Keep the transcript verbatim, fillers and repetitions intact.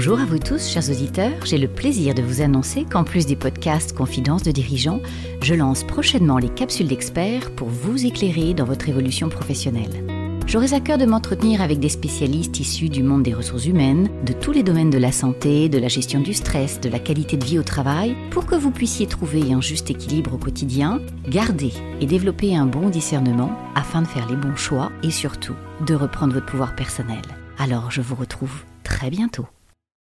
Bonjour à vous tous, chers auditeurs. J'ai le plaisir de vous annoncer qu'en plus des podcasts Confidences de dirigeants, je lance prochainement les capsules d'experts pour vous éclairer dans votre évolution professionnelle. J'aurai à cœur de m'entretenir avec des spécialistes issus du monde des ressources humaines, de tous les domaines de la santé, de la gestion du stress, de la qualité de vie au travail, pour que vous puissiez trouver un juste équilibre au quotidien, garder et développer un bon discernement afin de faire les bons choix et surtout de reprendre votre pouvoir personnel. Alors je vous retrouve très bientôt.